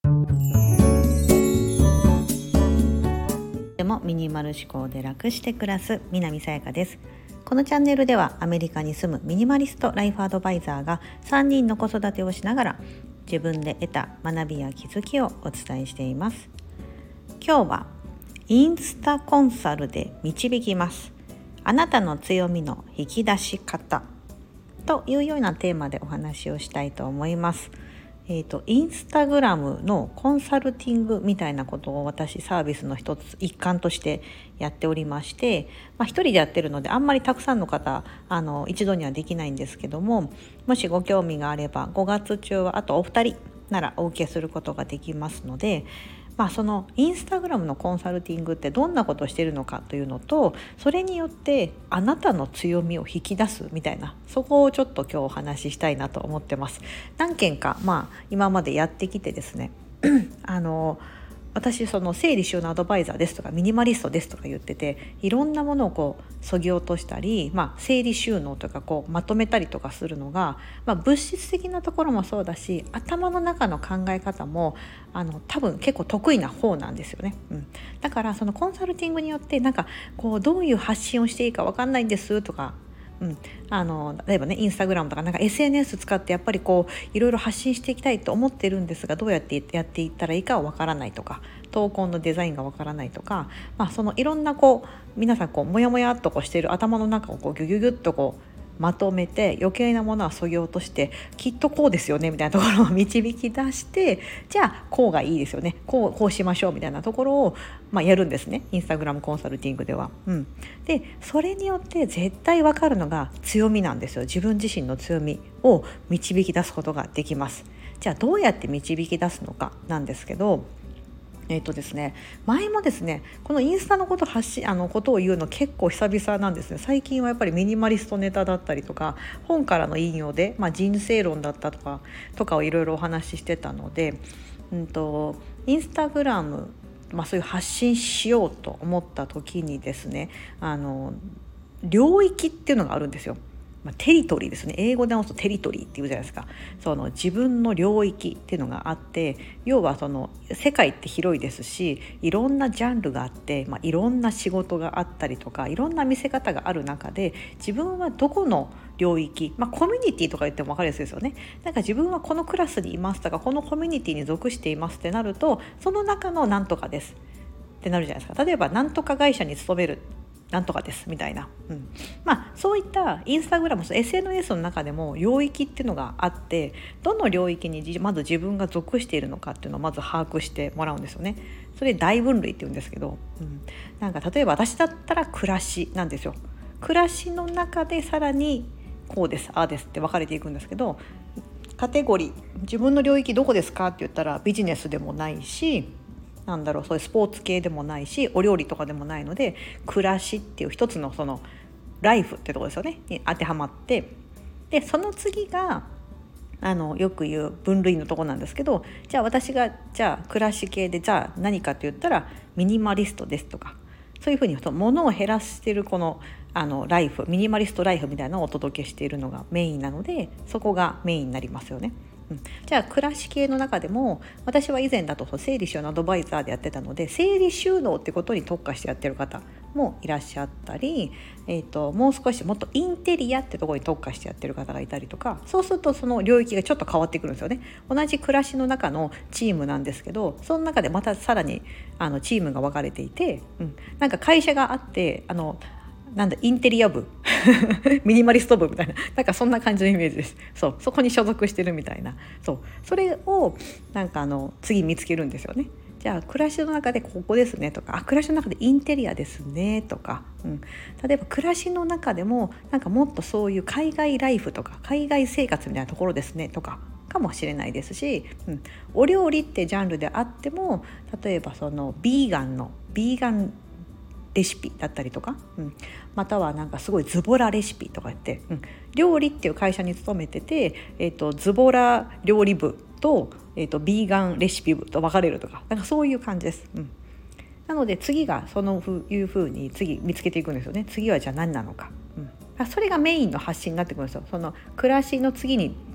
でもミニマル思考で楽して暮らす南さやかです。このチャンネルではアメリカに住むミニマリストライフアドバイザーが3人の子育てをしながら自分で得た学びや気づきをお伝えしています。今日はインスタコンサルで導きます、あなたの強みの引き出し方というようなテーマでお話をしたいと思います。インスタグラムのコンサルティングみたいなことを私サービスの一環としてやっておりまして、一人でやってるのであんまりたくさんの方一度にはできないんですけども、もしご興味があれば5月中はあとお二人ならお受けすることができますので、そのインスタグラムのコンサルティングってどんなことをしているのかというのと、それによってあなたの強みを引き出すみたいな、そこをちょっと今日お話ししたいなと思ってます。何件か今までやってきてですね私その整理収納アドバイザーですとかミニマリストですとか言ってて、いろんなものを削ぎ落としたり、整理収納とかまとめたりとかするのが、物質的なところもそうだし、頭の中の考え方も多分結構得意な方なんですよね、だからそのコンサルティングによってどういう発信をしていいか分かんないんですとか、例えばねインスタグラムとかSNS 使ってやっぱりいろいろ発信していきたいと思ってるんですが、どうやってやっていったらいいかはわからないとか、投稿のデザインがわからないとか、そのいろんな皆さんもやもやっとしている頭の中をギュギュギュッとまとめて、余計なものは削ぎ落として、きっとこうですよねみたいなところを導き出して、じゃあこうがいいですよね、こうしましょうみたいなところを、やるんですね、インスタグラムコンサルティングでは、でそれによって絶対分かるのが強みなんですよ。自分自身の強みを導き出すことができます。じゃあどうやって導き出すのかなんですけど、ですね、前もですねこのインスタのことを言うの結構久々なんですね。最近はやっぱりミニマリストネタだったりとか、本からの引用で、人生論だったとかをいろいろお話ししてたので、インスタグラム、そういう発信しようと思った時にですね、領域っていうのがあるんですよ。テリトリーですね。英語で直すとテリトリーっていうじゃないですか。その自分の領域っていうのがあって、要はその世界って広いですし、いろんなジャンルがあって、いろんな仕事があったりとか、いろんな見せ方がある中で、自分はどこの領域、コミュニティとか言っても分かりやすいですよね。自分はこのクラスにいますとか、このコミュニティに属していますってなると、その中のなんとかですってなるじゃないですか。例えばなんとか会社に勤めるなんとかですみたいな、そういったインスタグラム、SNS の中でも領域っていうのがあって、どの領域にまず自分が属しているのかっていうのをまず把握してもらうんですよね。それ大分類って言うんですけど、例えば私だったら暮らしなんですよ。暮らしの中でさらにこうですああですって分かれていくんですけど、カテゴリー、自分の領域どこですかって言ったらビジネスでもないし、そういうスポーツ系でもないし、お料理とかでもないので、暮らしっていう一つのそのライフってところですよねに当てはまって、でその次がよく言う分類のところなんですけど、じゃあ私が暮らし系でじゃあ何かって言ったらミニマリストですとか、そういうふうに物を減らしているこのライフ、ミニマリストライフみたいなのをお届けしているのがメインなので、そこがメインになりますよね。じゃあ暮らし系の中でも、私は以前だと整理収納アドバイザーでやってたので、整理収納ってことに特化してやってる方もいらっしゃったり、もう少しもっとインテリアってところに特化してやってる方がいたりとか、そうするとその領域がちょっと変わってくるんですよね。同じ暮らしの中のチームなんですけど、その中でまたさらにチームが分かれていて、会社があってインテリア部ミニマリスト部みたいな、そんな感じのイメージです。そこに所属してるみたいな、それを次見つけるんですよね。じゃあ暮らしの中でここですねとか、暮らしの中でインテリアですねとか、例えば暮らしの中でももっとそういう海外ライフとか海外生活みたいなところですねとかかもしれないですし、お料理ってジャンルであっても、例えばそのビーガンレシピだったりとか、またはすごいズボラレシピとか言って、料理っていう会社に勤めてて、ズボラ料理部と、ビーガンレシピ部と分かれるとか、そういう感じです。なので次がいう風に次見つけていくんですよね。次はじゃあ何なのか、それがメインの発信になってくるんですよ。その暮らしの次に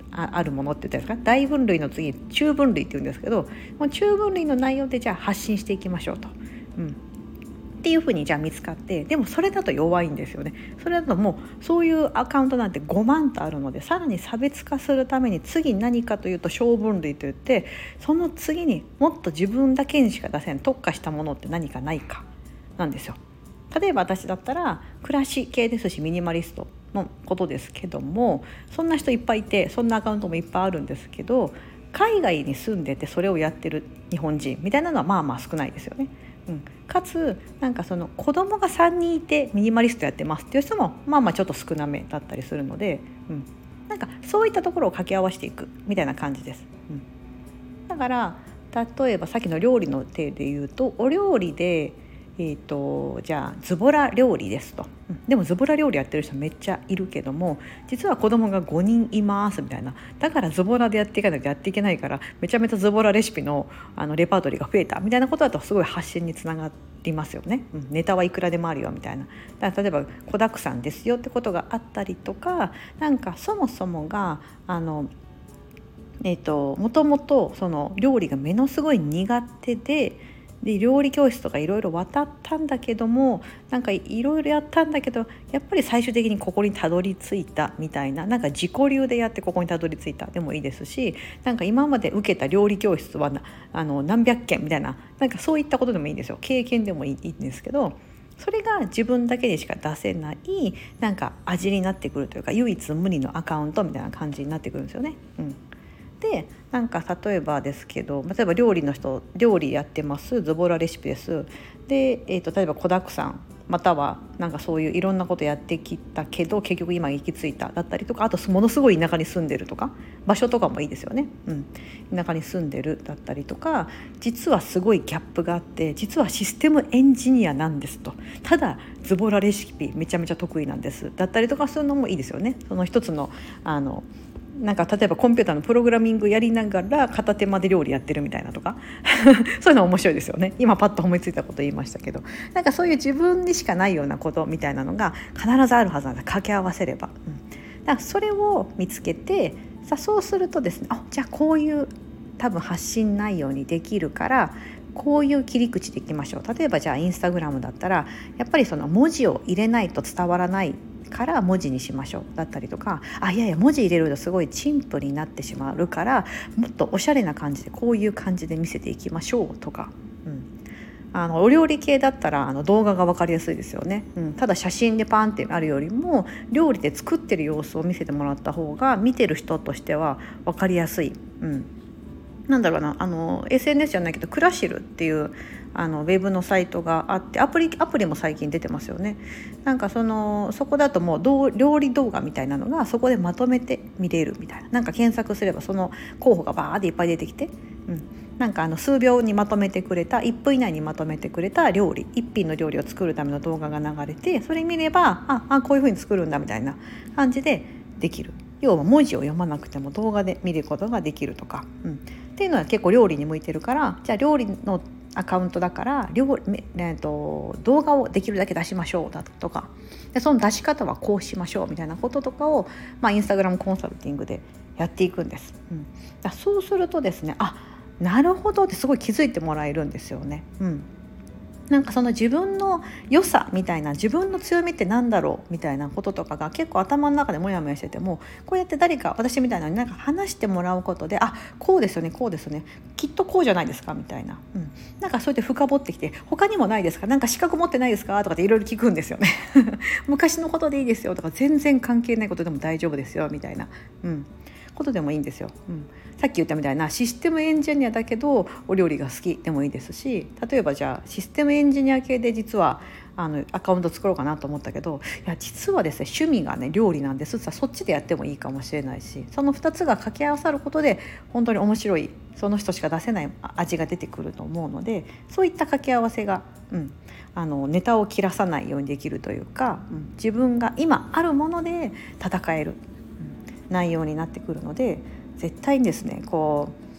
あるものって言ったんですか、大分類の次に中分類って言うんですけど、もう中分類の内容でじゃあ発信していきましょうと、っていうふうにじゃあ見つかって、でもそれだと弱いんですよね。それだともうそういうアカウントなんて5万とあるので、さらに差別化するために次何かというと小分類といって、その次にもっと自分だけにしか出せない特化したものって何かないかなんですよ。例えば私だったら暮らし系ですし、ミニマリストのことですけども、そんな人いっぱいいて、そんなアカウントもいっぱいあるんですけど、海外に住んでてそれをやってる日本人みたいなのはまあまあ少ないですよね。かつなんかその子供が3人いてミニマリストやってますっていう人もまあまあちょっと少なめだったりするので、なんかそういったところを掛け合わせていくみたいな感じです。だから例えばさっきの料理の例で言うと、お料理でじゃあズボラ料理ですと、でもズボラ料理やってる人めっちゃいるけども、実は子供が5人いますみたいな、だからズボラでやっていかないとやっていけないから、めちゃめちゃズボラレシピのレパートリーが増えたみたいなことだとすごい発信につながりますよね。ネタはいくらでもあるよみたいな。だから例えば子だくさんですよってことがあったりとか、なんかそもそもがもともとその料理がものすごい苦手で料理教室とかいろいろ渡ったんだけども、なんかいろいろやったんだけど、やっぱり最終的にここにたどり着いたみたいな、なんか自己流でやってここにたどり着いたでもいいですし、なんか今まで受けた料理教室は何百件みたいな、なんかそういったことでもいいんですよ。経験でもいいんですけど、それが自分だけでしか出せないなんか味になってくるというか、唯一無二のアカウントみたいな感じになってくるんですよね。でなんか例えばですけど、例えば料理の人料理やってます、ズボラレシピですで、例えば子だくさんまたはなんかそういういろんなことやってきたけど結局今行き着いただったりとか、あとものすごい田舎に住んでるとか、場所とかもいいですよね。田舎に住んでるだったりとか、実はすごいギャップがあって、実はシステムエンジニアなんですと、ただズボラレシピめちゃめちゃ得意なんですだったりとか、そういうのもいいですよね。その一つのなんか例えばコンピューターのプログラミングやりながら片手間で料理やってるみたいなとかそういうの面白いですよね。今パッと思いついたこと言いましたけど、なんかそういう自分にしかないようなことみたいなのが必ずあるはずなんで、掛け合わせれば、だからそれを見つけて、そうするとですね、じゃあこういう多分発信内容にできるからこういう切り口でいきましょう。例えばじゃあインスタグラムだったらやっぱりその文字を入れないと伝わらないから文字にしましょうだったりとか、いやいや文字入れるとすごい陳腐になってしまうからもっとおしゃれな感じでこういう感じで見せていきましょうとか、お料理系だったら動画が分かりやすいですよね。ただ写真でパンってあるよりも料理で作ってる様子を見せてもらった方が見てる人としては分かりやすい。なんだろうな、SNS じゃないけどクラシルっていうウェブのサイトがあって、アプリも最近出てますよね。なんかそこだともう料理動画みたいなのがそこでまとめて見れるみたいな、なんか検索すればその候補がバーっていっぱい出てきて、なんか数秒にまとめてくれた1分以内にまとめてくれた料理、一品の料理を作るための動画が流れて、それ見ればこういう風に作るんだみたいな感じでできる。要は文字を読まなくても動画で見ることができるとか、っていうのは結構料理に向いてるから、じゃあ料理のアカウントだから動画をできるだけ出しましょうだとか、でその出し方はこうしましょうみたいなこととかを、インスタグラムコンサルティングでやっていくんです。そうするとですね、なるほどってすごい気づいてもらえるんですよね。なんかその自分の良さみたいな、自分の強みってなんだろうみたいなこととかが結構頭の中でモヤモヤしてても、こうやって誰か私みたいなのになんか話してもらうことで、こうですよねこうですよね、きっとこうじゃないですかみたいな、なんかそうやって深掘ってきて、他にもないですか、なんか資格持ってないですかとかっていろいろ聞くんですよね昔のことでいいですよとか、全然関係ないことでも大丈夫ですよみたいな、ことでもいいんですよ。さっき言ったみたいなシステムエンジニアだけどお料理が好きでもいいですし、例えばじゃあシステムエンジニア系で実はアカウント作ろうかなと思ったけど、いや実はですね趣味がね料理なんですって、そっちでやってもいいかもしれないし、その2つが掛け合わさることで本当に面白い、その人しか出せない味が出てくると思うので、そういった掛け合わせが、ネタを切らさないようにできるというか、自分が今あるもので戦える、内容になってくるので、絶対にですね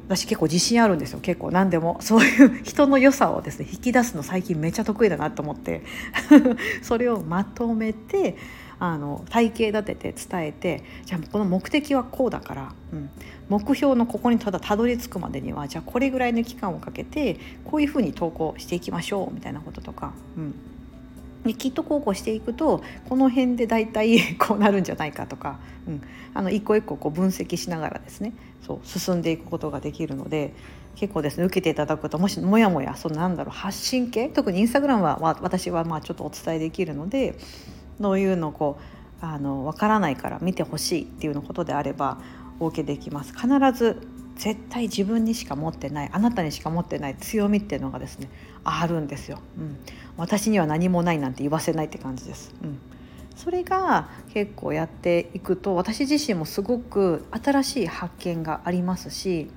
私結構自信あるんですよ。結構何でもそういう人の良さをですね引き出すの最近めっちゃ得意だなと思ってそれをまとめて体系立てて伝えて、じゃあこの目的はこうだから、目標のここにたどり着くまでにはじゃあこれぐらいの期間をかけてこういうふうに投稿していきましょうみたいなこととか、できっとこうしていくとこの辺でだいたいこうなるんじゃないかとか、一個一個分析しながらですね進んでいくことができるので、結構ですね受けていただくと、もしもやもや発信系、特にインスタグラムは私はちょっとお伝えできるので、そういうの分からないから見てほしいっていうのことであればお受けできます。必ず絶対自分にしか持ってない、あなたにしか持ってない強みっていうのがですねあるんですよ。私には何もないなんて言わせないって感じです。それが結構やっていくと私自身もすごく新しい発見がありますし、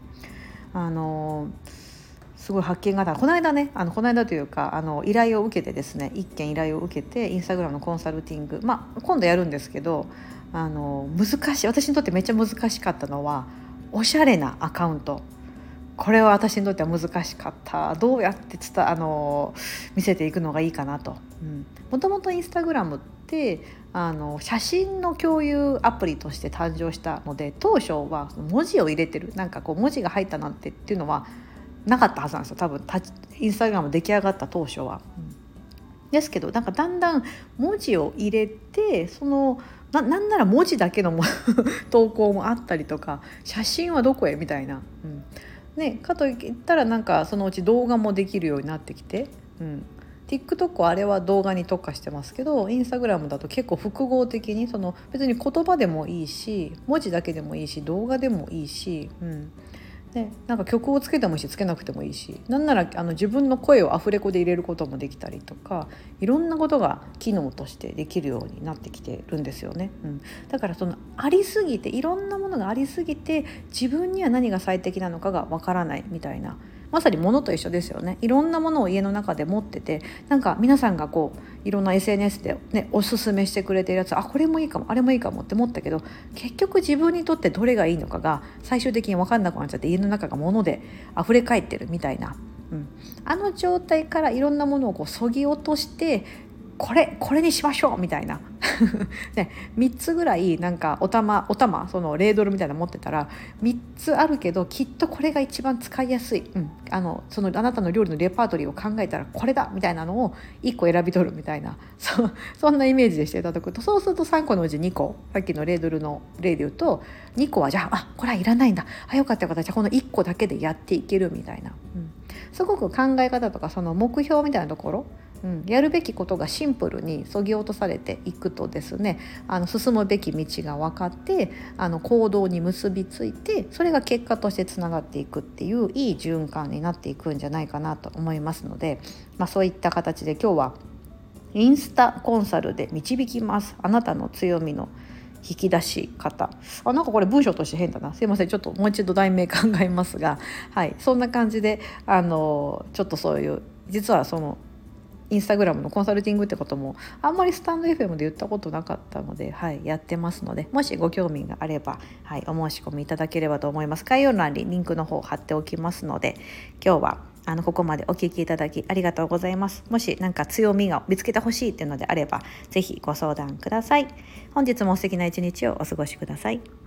すごい発見があった。この間というか依頼を受けてですね、一件依頼を受けてインスタグラムのコンサルティング、今度やるんですけど、難しい、私にとってめっちゃ難しかったのはおしゃれなアカウント。これは私にとっては難しかった。どうやって見せていくのがいいかなと。もともとインスタグラムって写真の共有アプリとして誕生したので、当初は文字を入れてる文字が入ったなんてっていうのはなかったはずなんですよ。多分インスタグラム出来上がった当初は。ですけどだんだん文字を入れてなんなら文字だけの投稿もあったりとか、写真はどこへみたいな、かといったらそのうち動画もできるようになってきて、TikTok はあれは動画に特化してますけど、インスタグラムだと結構複合的に別に言葉でもいいし文字だけでもいいし動画でもいいし、で曲をつけてもいいしつけなくてもいいし、なんなら自分の声をアフレコで入れることもできたりとか、いろんなことが機能としてできるようになってきてるんですよね。だからありすぎて、いろんなものがありすぎて自分には何が最適なのかがわからないみたいな、まさに物と一緒ですよね。いろんなものを家の中で持ってて、皆さんがいろんな SNS で、おすすめしてくれてるやつ、これもいいかもあれもいいかもって思ったけど、結局自分にとってどれがいいのかが最終的に分かんなくなっちゃって、家の中が物で溢れ返ってるみたいな、あの状態からいろんなものをそぎ落としてこれにしましょうみたいなで3つぐらいお玉そのレードルみたいなの持ってたら3つあるけどきっとこれが一番使いやすい、あなたの料理のレパートリーを考えたらこれだみたいなのを1個選び取るみたいな、そんなイメージでしていただくと、そうすると3個のうち2個、さっきのレードルの例で言うと2個はじゃあこれはいらないんだ、よかったよかった、じゃあこの1個だけでやっていけるみたいな、すごく考え方とかその目標みたいなところ、やるべきことがシンプルにそぎ落とされていくとですね、進むべき道が分かって行動に結びついて、それが結果としてつながっていくっていういい循環になっていくんじゃないかなと思いますので、そういった形で今日はインスタコンサルで導きます、あなたの強みの引き出し方。これ文章として変だな、すいません、ちょっともう一度題名考えますが、そんな感じでちょっとそういう実はインスタグラムのコンサルティングってこともあんまりスタンド FM で言ったことなかったので、やってますので、もしご興味があれば、お申し込みいただければと思います。概要欄にリンクの方貼っておきますので、今日はここまでお聞きいただきありがとうございます。もし強みが見つけてほしいっていうのであればぜひご相談ください。本日も素敵な一日をお過ごしください。